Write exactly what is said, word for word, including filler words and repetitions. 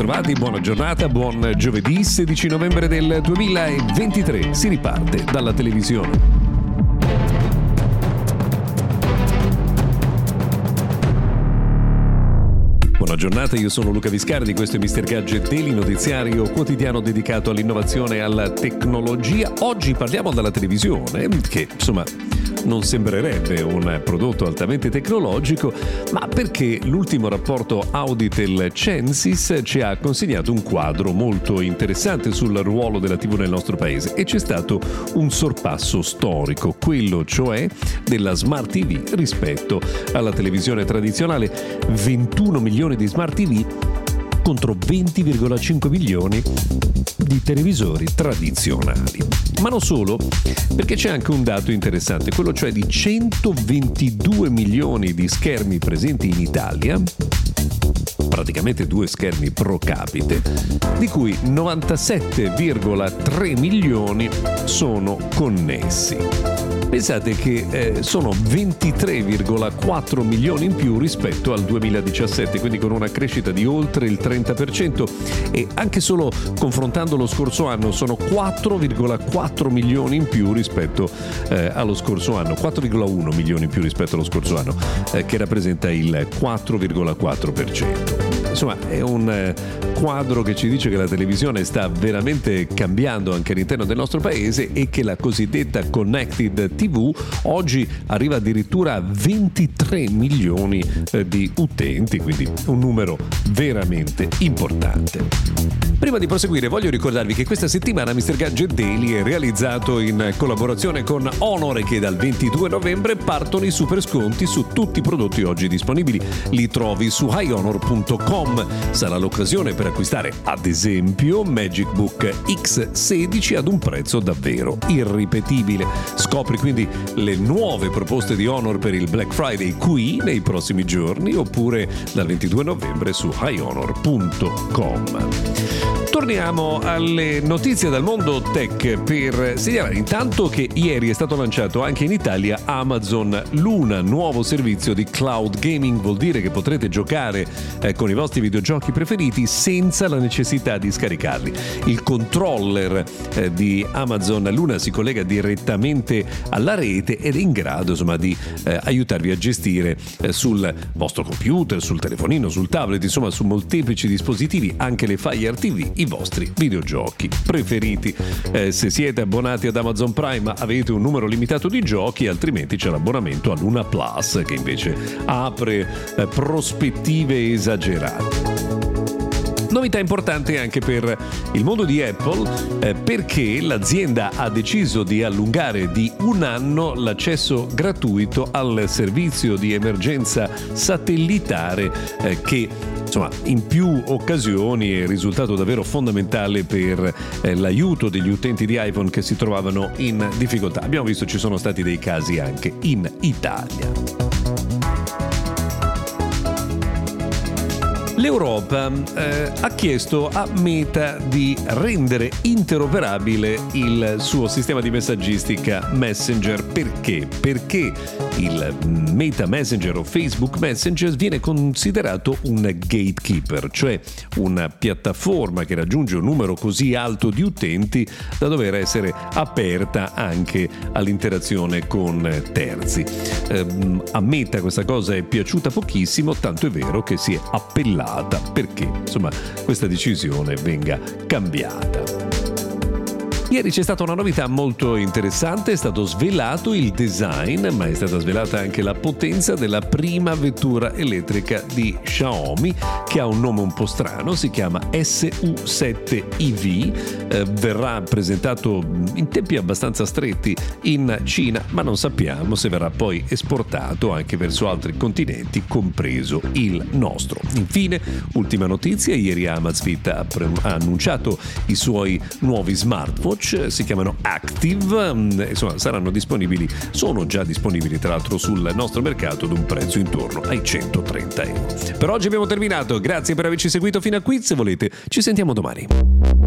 bentrovati, buona giornata, buon giovedì sedici novembre del duemilaventitré. Si riparte dalla televisione. Buona giornata, io sono Luca Viscardi, questo è mister Gadget Daily, notiziario quotidiano dedicato all'innovazione e alla tecnologia. Oggi parliamo della televisione, che insomma non sembrerebbe un prodotto altamente tecnologico, ma perché l'ultimo rapporto Auditel Censis ci ha consegnato un quadro molto interessante sul ruolo della tivù nel nostro paese e c'è stato un sorpasso storico, quello cioè della Smart T V rispetto alla televisione tradizionale. ventuno milioni di Smart T V contro venti virgola cinque milioni di televisori tradizionali. Ma non solo, perché c'è anche un dato interessante, quello cioè di centoventidue milioni di schermi presenti in Italia, praticamente due schermi pro capite, di cui novantasette virgola tre milioni sono connessi. Pensate che eh, sono ventitré virgola quattro milioni in più rispetto al duemiladiciassette, quindi con una crescita di oltre il trenta per cento, e anche solo confrontando lo scorso anno sono quattro virgola quattro milioni in più rispetto eh, allo scorso anno, quattro virgola uno milioni in più rispetto allo scorso anno, eh, che rappresenta il quattro virgola quattro per cento. Insomma, è un eh, quadro che ci dice che la televisione sta veramente cambiando anche all'interno del nostro paese e che la cosiddetta Connected T V oggi arriva addirittura a ventitré milioni eh, di utenti, quindi un numero veramente importante. Prima di proseguire voglio ricordarvi che questa settimana mister Gadget Daily è realizzato in collaborazione con Honor e che dal ventidue novembre partono i super sconti su tutti i prodotti oggi disponibili. Li trovi su hi honor punto com. Sarà l'occasione per acquistare ad esempio MagicBook X sedici ad un prezzo davvero irripetibile. Scopri quindi le nuove proposte di Honor per il Black Friday qui nei prossimi giorni oppure dal ventidue novembre su hi honor punto com. Torniamo alle notizie dal mondo tech per segnalare intanto che ieri è stato lanciato anche in Italia Amazon Luna, nuovo servizio di cloud gaming. Vuol dire che potrete giocare eh, con i vostri videogiochi preferiti senza la necessità di scaricarli. Il controller eh, di Amazon Luna si collega direttamente alla rete ed è in grado insomma di eh, aiutarvi a gestire eh, sul vostro computer, sul telefonino, sul tablet, insomma su molteplici dispositivi, anche le Fire T V, i vostri videogiochi preferiti. Eh, se siete abbonati ad Amazon Prime avete un numero limitato di giochi, altrimenti c'è l'abbonamento a Luna Plus che invece apre eh, prospettive esagerate. Novità importante anche per il mondo di Apple eh, perché l'azienda ha deciso di allungare di un anno l'accesso gratuito al servizio di emergenza satellitare eh, che insomma in più occasioni è risultato davvero fondamentale per eh, l'aiuto degli utenti di iPhone che si trovavano in difficoltà. Abbiamo visto ci sono stati dei casi anche in Italia. L'Europa eh, ha chiesto a Meta di rendere interoperabile il suo sistema di messaggistica Messenger. Perché? Perché il Meta Messenger o Facebook Messenger viene considerato un gatekeeper, cioè una piattaforma che raggiunge un numero così alto di utenti da dover essere aperta anche all'interazione con terzi. Eh, a Meta questa cosa è piaciuta pochissimo, tanto è vero che si è appellata perché insomma questa decisione venga cambiata. Ieri c'è stata una novità molto interessante, è stato svelato il design, ma è stata svelata anche la potenza della prima vettura elettrica di Xiaomi, che ha un nome un po' strano, si chiama S U sette E V, eh, verrà presentato in tempi abbastanza stretti in Cina, ma non sappiamo se verrà poi esportato anche verso altri continenti, compreso il nostro. Infine, ultima notizia, ieri Amazfit ha, pre- ha annunciato i suoi nuovi smartwatch, si chiamano Active, insomma saranno disponibili, sono già disponibili tra l'altro sul nostro mercato ad un prezzo intorno ai centotrenta euro. Per oggi abbiamo terminato, grazie per averci seguito fino a qui, se volete ci sentiamo domani.